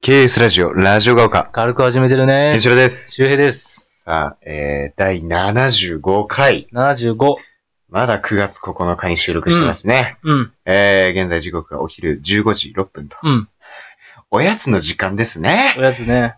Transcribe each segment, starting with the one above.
KS ラジオ、ラジオが丘。 軽く始めてるね。 ケンシロウです。 周平です。 さあ、第75回。 75。 まだ9月9日に収録してますね。現在時刻がお昼15時6分と。おやつの時間ですね。 おやつね。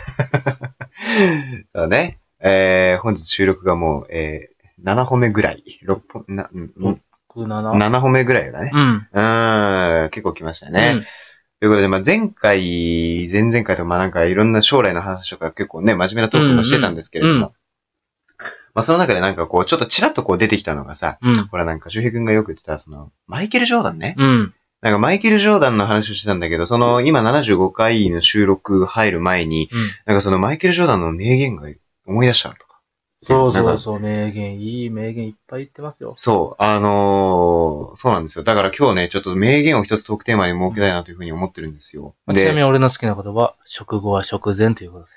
そうね。本日収録がもう、7本目ぐらい。6本、7本目ぐらいだね。結構来ましたね。ということで、前々回となんかいろんな将来の話とか結構ね、真面目なトークもしてたんですけれども、その中でなんかこう、ちょっとチラッとこう出てきたのがさ、ほらなんか周平くんがよく言ってた、マイケル・ジョーダンね。なんかマイケル・ジョーダンの話をしてたんだけど、今75回の収録入る前に、なんかマイケル・ジョーダンの名言が思い出したとか。 そう、名言、いい名言いっぱい言ってますよ。 そう、そうなんですよ。だから今日ね、ちょっと名言を一つトークテーマに設けたいなというふうに思ってるんですよ。 ちなみに俺の好きな言葉、食後は食前ということ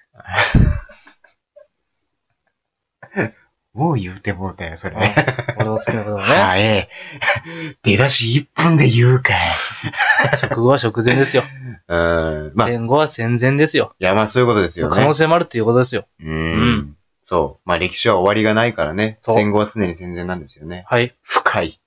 で。もう言うてもうたよ、それ。 俺の好きな言葉ね。 はい。出だし1分で言うかい。 食後は食前ですよ。戦後は戦前ですよ。 いや、そういうことですよね。 可能性もあるっていうことですよ。 そう。歴史は終わりがないからね。戦後は常に戦前なんですよね。 はい。 深い。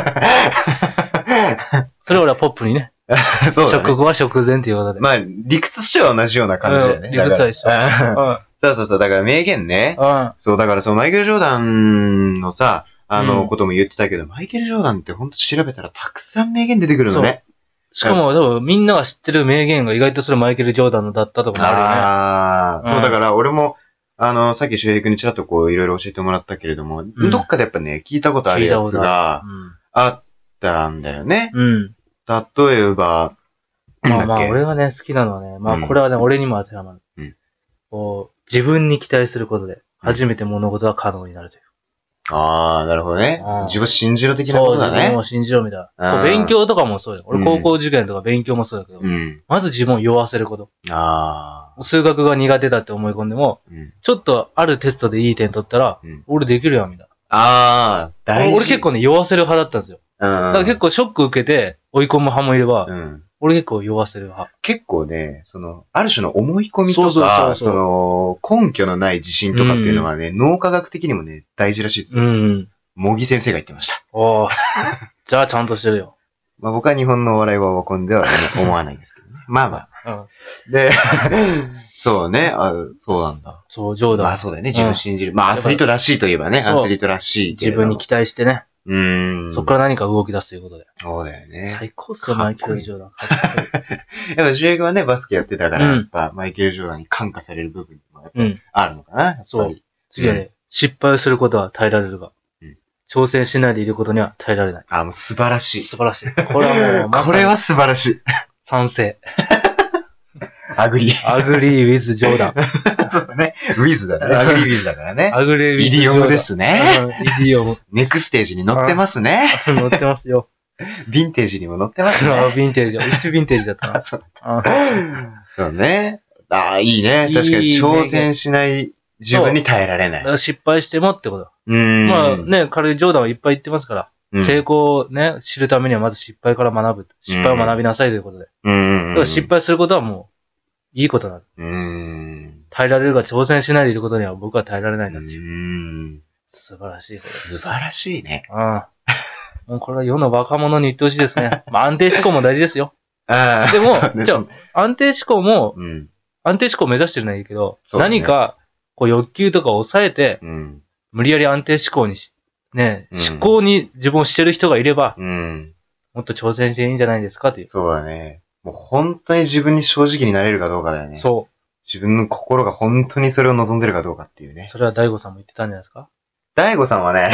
それ俺はポップにね。そうだね。食後は食前っていうことで。 理屈としては同じような感じだよね。 理屈は一緒。 そう。だから名言ね。そう、だからマイケル・ジョーダンのさ、ことも言ってたけど、マイケル・ジョーダンってほんと調べたらたくさん名言出てくるのね。 しかも、みんなが知ってる名言が意外とそれマイケル・ジョーダンのだったとかもあるよね。 そう、だから俺も、さっき周平君にちらっとこういろいろ教えてもらったけれども、どっかでやっぱね、聞いたことあるやつがあったんだよね。例えば、 俺がね、好きなのはね、これはね、俺にも当てはまる。自分に期待することで、初めて物事は可能になるという。 なるほどね。自分信じろ的なことだね。 そう、自分を信じろみたいな。勉強とかもそうよ。俺高校受験とか勉強もそうだけど、まず自分を酔わせること。数学が苦手だって思い込んでも、ちょっとあるテストでいい点取ったら、俺できるやんみたいな。 大事。 俺結構ね、酔わせる派だったんですよ。だから結構ショック受けて追い込む派もいれば、俺結構酔わせる派。 結構ね、ある種の思い込みとか、根拠のない自信とかっていうのはね、脳科学的にもね、大事らしいですよ。茂木先生が言ってました。 じゃあちゃんとしてるよ。 僕は日本のお笑いはワコンでは思わないんですけどね。で、そうね、そうなんだ。 そう、ジョーダン。 そうだよね、自分信じる。アスリートらしいといえばね、アスリートらしい。 自分に期待してね。そこから何か動き出すということで。 そうだよね。 最高っすよ、マイケル・ジョーダン。 やっぱ、ジュエ君はね、バスケやってたから、やっぱ、マイケル・ジョーダンに感化される部分もやっぱあるのかな、 そう。次はね、失敗をすることは耐えられるが、挑戦しないでいることには耐えられない。 もう素晴らしい。 素晴らしい。これはもう、 これは素晴らしい。 賛成。 アグリー。 アグリー・ウィズ・ジョーダン。 そうだね。ウィズだね。アグリー・ウィズだからね。 アグリー・ウィズ・イディオムですね。 イディオム。 ネクステージに乗ってますね。 乗ってますよ。 ヴィンテージにも乗ってますね。 ヴィンテージ。宇宙ヴィンテージだったな。 そうね。いいね。確かに挑戦しない自分に耐えられない。 だから失敗してもってこと。彼ジョーダンはいっぱい言ってますから。成功をね、知るためにはまず失敗から学ぶ。失敗を学びなさいということで。だから失敗することはもう、いいことなの。耐えられるが挑戦しないでいることには僕は耐えられないんだっていう。素晴らしい。 素晴らしいね。 もうこれは世の若者に言ってほしいですね。安定思考も大事ですよ。でも、じゃあ、安定思考も、安定思考を目指してるのはいいけど、何か、欲求とかを抑えて、無理やり安定思考に思考に自分をしてる人がいれば、もっと挑戦していいんじゃないですかという。 そうだね。もう本当に自分に正直になれるかどうかだよね。 そう。 自分の心が本当にそれを望んでるかどうかっていうね。 それは大悟さんも言ってたんじゃないですか？ 大悟さんはね、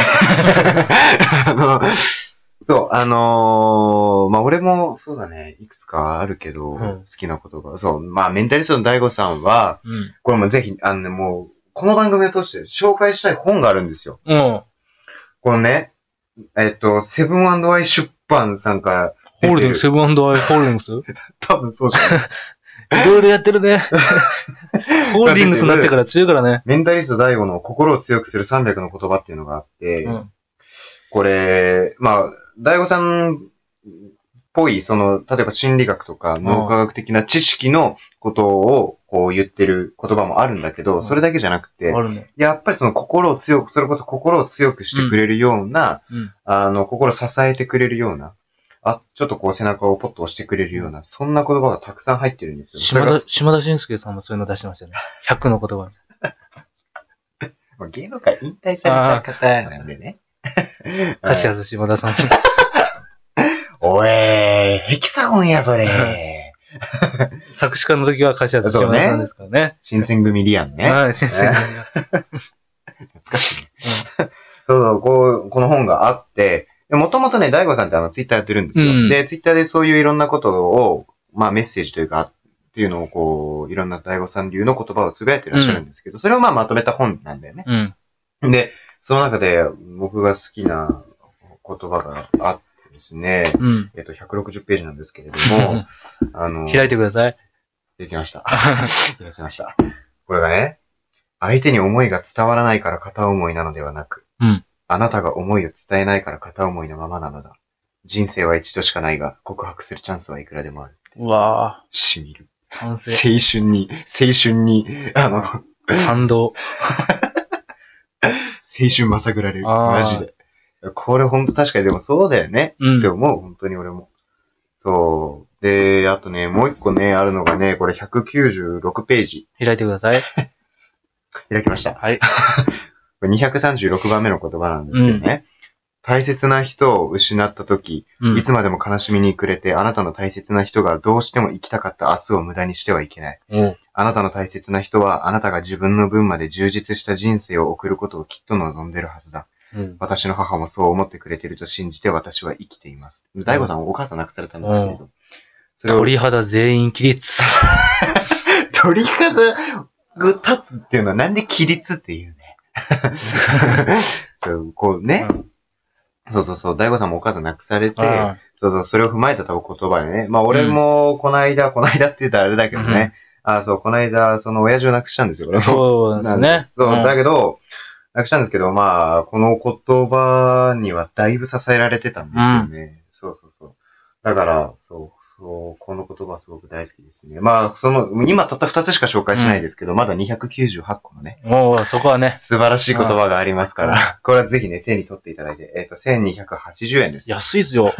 そう、俺もそうだね、いくつかあるけど、好きな言葉。そう、メンタリストの大悟さんは、これもぜひ、もう、この番組を通して紹介したい本があるんですよ。このね、セブン&アイ出版さんからホールディングス、セブン&アイホールディングス多分そうじゃない。 いろいろやってるね。ホールディングスになってから強いからね。 メンタリスト大悟の心を強くする300の言葉っていうのがあって、これ、大悟さんぽい、例えば心理学とか脳科学的な知識のことをこう言ってる言葉もあるんだけど、それだけじゃなくて、やっぱりそれこそ心を強くしてくれるような、心を支えてくれるような、ちょっとこう背中をポッと押してくれるような、そんな言葉がたくさん入ってるんですよ。 島田紳介さんもそういうの出してましたよね。100の言葉。 芸能界引退された方なんでね。 カシアス島田さん。 おヘキサゴンや、それ。 作詞家の時はカシアス島田さんですからね。 新選組リアンね。 はい、新選組リアン。 懐かしいね。そう、この本があって、もともとね、大悟さんってツイッターやってるんですよ。で、ツイッターでそういういろんなことを、メッセージというか、っていうのをこう、いろんな大悟さん流の言葉をつぶやいてらっしゃるんですけど、それをまとめた本なんだよね。で、その中で僕が好きな言葉があってですね、160ページなんですけれども、 開いてください。 できました。開きました。これがね、相手に思いが伝わらないから片思いなのではなく、あなたが思いを伝えないから片思いのままなのだ。人生は一度しかないが、告白するチャンスはいくらでもある。 うわぁ。 しみる。 賛成。 青春に、 賛同。 青春まさぐられる。マジで。これほんと確かにでもそうだよね。って思う、本当に俺も。そう。で、あとね、もう一個ね、あるのがね、これ196ページ。 開いてください。 開きました。 はい。 236番目の言葉なんですけどね。大切な人を失ったとき、いつまでも悲しみに暮れて、あなたの大切な人がどうしても生きたかった明日を無駄にしてはいけない。あなたの大切な人は、あなたが自分の分まで充実した人生を送ることをきっと望んでるはずだ。私の母もそう思ってくれていると信じて私は生きています。大悟さんお母さん亡くされたんですけれど。 鳥肌全員起立。 鳥肌が立つっていうのはなんで起立っていうね。こうね。そうそうそう、大悟さんもお母さん亡くされて、そうそう、それを踏まえた多分言葉でね。俺もこの間って言ったらあれだけどね。そう、この間、親父を亡くしたんですよ、俺も。 そうですね。 そう、だけど、亡くしたんですけど、この言葉にはだいぶ支えられてたんですよね。そうそうそう。だから、この言葉すごく大好きですね。今たった2つしか紹介しないですけど、まだ298個のね。 そこはね。 素晴らしい言葉がありますから、これはぜひね、手に取っていただいて、1280円です。 安いですよ。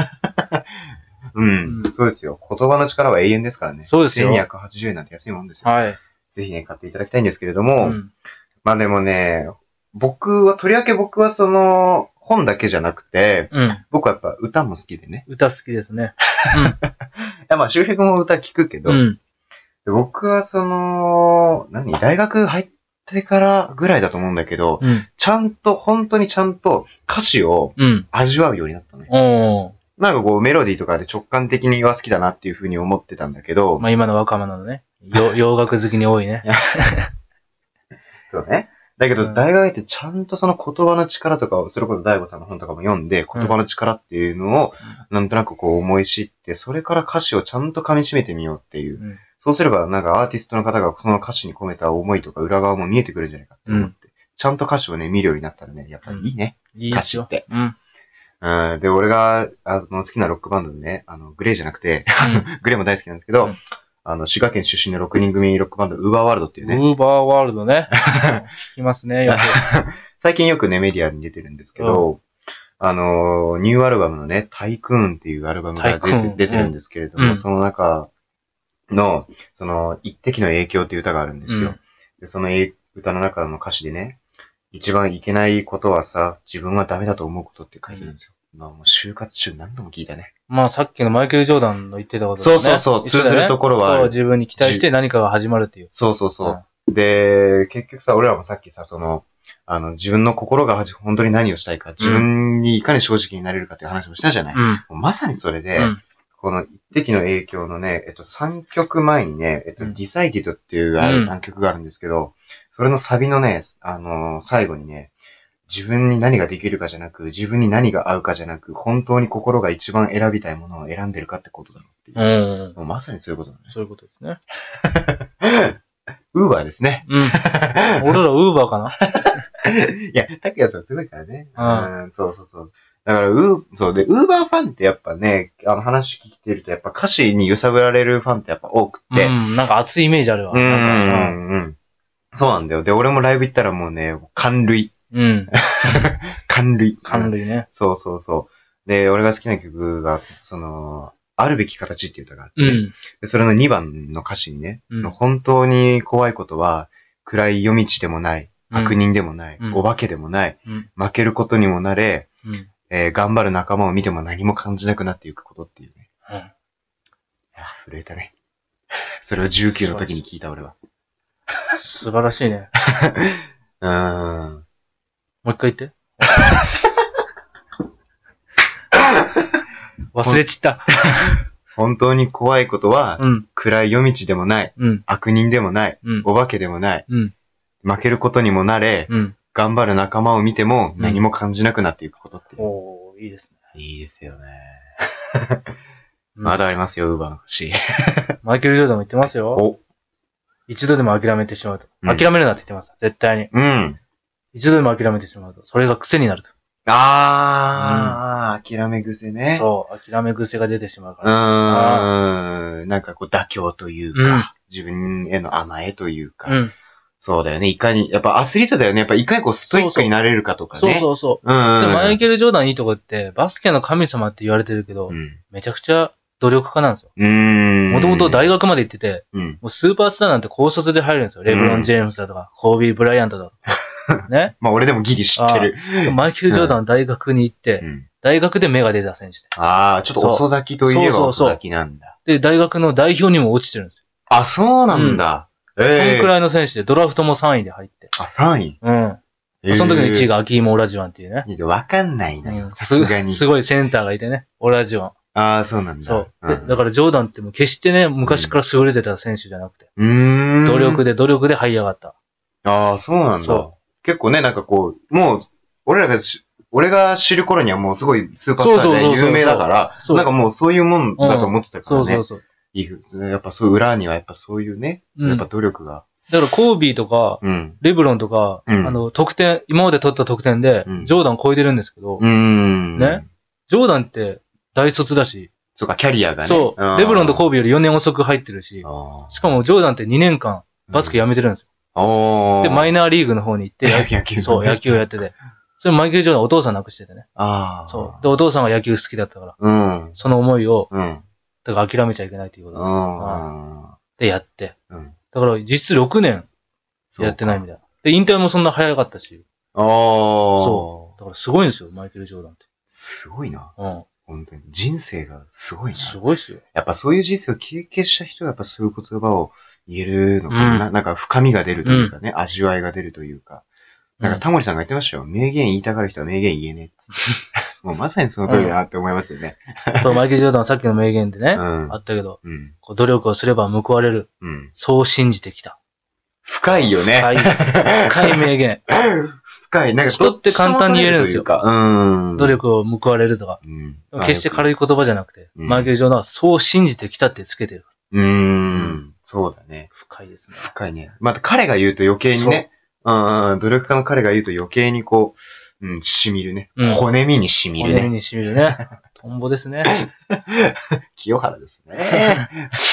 そうですよ。言葉の力は永遠ですからね。 そうですよ。 1280円なんて安いもんですよ。 はい。 ぜひね、買っていただきたいんですけれども、でもね、とりわけ僕は本だけじゃなくて、僕はやっぱ歌も好きでね。 歌好きですね。 周平君も歌聞くけど、僕は大学入ってからぐらいだと思うんだけど、本当にちゃんと歌詞を味わうようになったね。なんかこうメロディーとかで直感的には好きだなっていうふうに思ってたんだけど。 今の若者のね、洋楽好きに多いね。 そうね。だけど、大学ってちゃんとその言葉の力とかを、それこそ大悟さんの本とかも読んで、言葉の力っていうのを、なんとなくこう思い知って、それから歌詞をちゃんと噛み締めてみようっていう。そうすれば、なんかアーティストの方がその歌詞に込めた思いとか裏側も見えてくるんじゃないかって思って、ちゃんと歌詞をね、見るようになったらね、やっぱりいいね。歌詞って。で、俺が、好きなロックバンドでね、グレーじゃなくて、グレーも大好きなんですけど、滋賀県出身の6人組ロックバンド、ウーバーワールドっていうね。 ウーバーワールドね。聞きますね、よく。 最近よくね、メディアに出てるんですけど、ニューアルバムのね、タイクーンっていうアルバムが出てるんですけれども、その中の、一滴の影響っていう歌があるんですよ。で、その歌の中の歌詞でね、一番いけないことはさ、自分はダメだと思うことって書いてるんですよ。もう就活中何度も聞いたね。 さっきのマイケル・ジョーダンの言ってたことですね。 そう、通ずるところはある。 自分に期待して何かが始まるっていう。 そう。で、結局さ、俺らもさっきさ、自分の心が本当に何をしたいか、自分にいかに正直になれるかっていう話もしたじゃない。まさにそれで、この一滴の影響のね、3曲前にね、Decided っていう曲があるんですけど、それのサビのね、最後にね、自分に何ができるかじゃなく、自分に何が合うかじゃなく、本当に心が一番選びたいものを選んでるかってことだろうっていう。もうまさにそういうことだね。 そういうことですね。 ウーバーですね。 俺らウーバーかないや、竹谷さんすごいからね。そう。 だから、そうで、ウーバーファンってやっぱね、話聞いてるとやっぱ歌詞に揺さぶられるファンってやっぱ多くて。 なんか熱いイメージあるわ。 そうなんだよ。で、俺もライブ行ったらもうね、感涙。感涙ね。 そう。で、俺が好きな曲が、あるべき形っていう歌があって、でそれの2番の歌詞にね、本当に怖いことは、暗い夜道でもない、悪人でもない、お化けでもない、負けることにもなれ、頑張る仲間を見ても何も感じなくなっていくことっていうね。いや、震えたね。それを19の時に聞いた俺は。 素晴らしいね。もう一回言って。忘れちった。 本当に怖いことは、暗い夜道でもない、悪人でもない、お化けでもない、負けることにもなれ、頑張る仲間を見ても何も感じなくなっていくことっていう。 おー、いいですね。 いいですよね。まだありますよ、ウーバーの歌詞。 マイケル・ジョーダンも言ってますよ。一度でも諦めてしまうと。諦めるなって言ってます。絶対に。一度でも諦めてしまうと。それが癖になると。 諦め癖ね。 そう、諦め癖が出てしまうから。 なんかこう妥協というか、自分への甘えというか。そうだよね。いかに、やっぱアスリートだよね。やっぱいかにこうストイックになれるかとかね。 そう。で、マイケル・ジョーダンいいとこって、バスケの神様って言われてるけど、めちゃくちゃ努力家なんですよ。もともと大学まで行ってて、もうスーパースターなんて高卒で入るんですよ。レブロン・ジェームスだとか、コービー・ブライアントだとか。ね。 まあ俺でもギリ知ってる。 マイケル・ジョーダン大学に行って、大学で芽が出た選手で。 ちょっと遅咲きといえば遅咲きなんだ。 で、大学の代表にも落ちてるんですよ。 そうなんだ。 そのくらいの選手で、ドラフトも3位で入って。 3位？ その時の1位がアキーム・オラジワンっていうね。 わかんないなよ。さすがに。 すごいセンターがいてね。オラジワン。そうなんだ。 そう。だからジョーダンってもう決してね、昔から優れてた選手じゃなくて。努力で這い上がった。 そうなんだ。結構ね、なんかこう、もう、俺が知る頃にはもうすごいスーパースターで有名だから、なんかもうそういうもんだと思ってたからね。やっぱそう、裏にはやっぱそういうね、やっぱ努力が。 だからコービーとか、レブロンとか、得点、今まで取った得点で、ジョーダン超えてるんですけど、ね。ジョーダンって大卒だし、 そうか、キャリアがね。 そう。レブロンとコービーより4年遅く入ってるし、しかもジョーダンって2年間バスケやめてるんですよ。で、マイナーリーグの方に行って、そう、野球をやってて。それマイケル・ジョーダンお父さん亡くしててね。そう。で、お父さんが野球好きだったから、その思いを、だから諦めちゃいけないということで、やって。だから実質6年やってないみたいな。で、引退もそんな早かったし。そう。だからすごいんですよ、マイケル・ジョーダンって。 すごいな。本当に。人生がすごいな。 すごいっすよ。 やっぱそういう人生を経験した人がやっぱそういう言葉を言えるのかな。なんか深みが出るというかね、味わいが出るというか。なんかタモリさんが言ってましたよ。名言言いたがる人は名言言えねえ。もうまさにその通りだなって思いますよね。 マイケル・ジョーダンはさっきの名言でね、あったけど、努力をすれば報われる。そう信じてきた。 深いよね。 深い名言。 深い。なんか人って簡単に言えるんですよ。努力を報われるとか。決して軽い言葉じゃなくて、マイケル・ジョーダンはそう信じてきたってつけてる。 そうだね。 深いですね。 深いね。また彼が言うと余計にね、努力家の彼が言うと余計にこう、染みるね。骨身に染みるね。 骨身に染みるね。トンボですね。 清原ですね。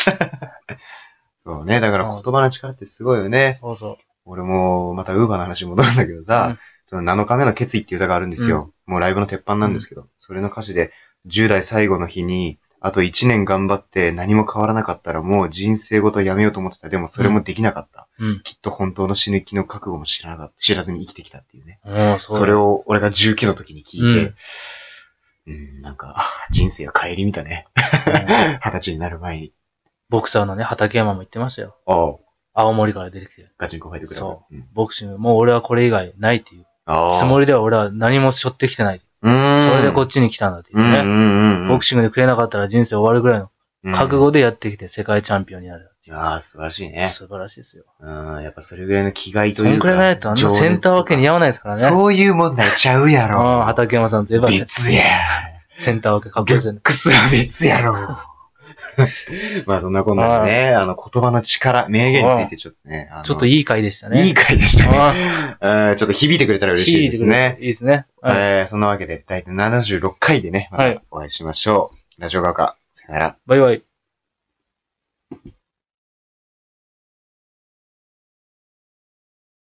そうね。だから言葉の力ってすごいよね。 そうそう。 俺も、またウーバーの話に戻るんだけどさ、その7日目の決意っていう歌があるんですよ。もうライブの鉄板なんですけど、それの歌詞で、10代最後の日に、あと1年頑張って何も変わらなかったらもう人生ごとやめようと思ってた。でもそれもできなかった。きっと本当の死ぬ気の覚悟も知らずに生きてきたっていうね。それを俺が19の時に聞いて、なんか、人生は帰り見たね。20歳になる前に。 ボクサーのね、畠山も言ってましたよ。青森から出てきて。 ガチンコファイトクラブ。 そう。ボクシング、もう俺はこれ以外ないっていう。つもりでは俺は何も背負ってきてない。それでこっちに来たんだって言ってね。ボクシングで食えなかったら人生終わるぐらいの覚悟でやってきて世界チャンピオンになる。 素晴らしいね。 素晴らしいですよ。 やっぱそれぐらいの気概というか。 そんくらいないとあんなセンター分け似合わないですからね。 そういう問題ちゃうやろ。 畠山さんといえば別や。 センター分けかっこいいですよね。 クスは別やろ。 まあそんなこんなでね、言葉の力、名言についてちょっとね。 ちょっといい回でしたね。 いい回でしたね。ちょっと響いてくれたら嬉しいですね。 いいですね。 そんなわけで、第76回でね、またお会いしましょう。ラジオ側か。さよなら。 バイバイ。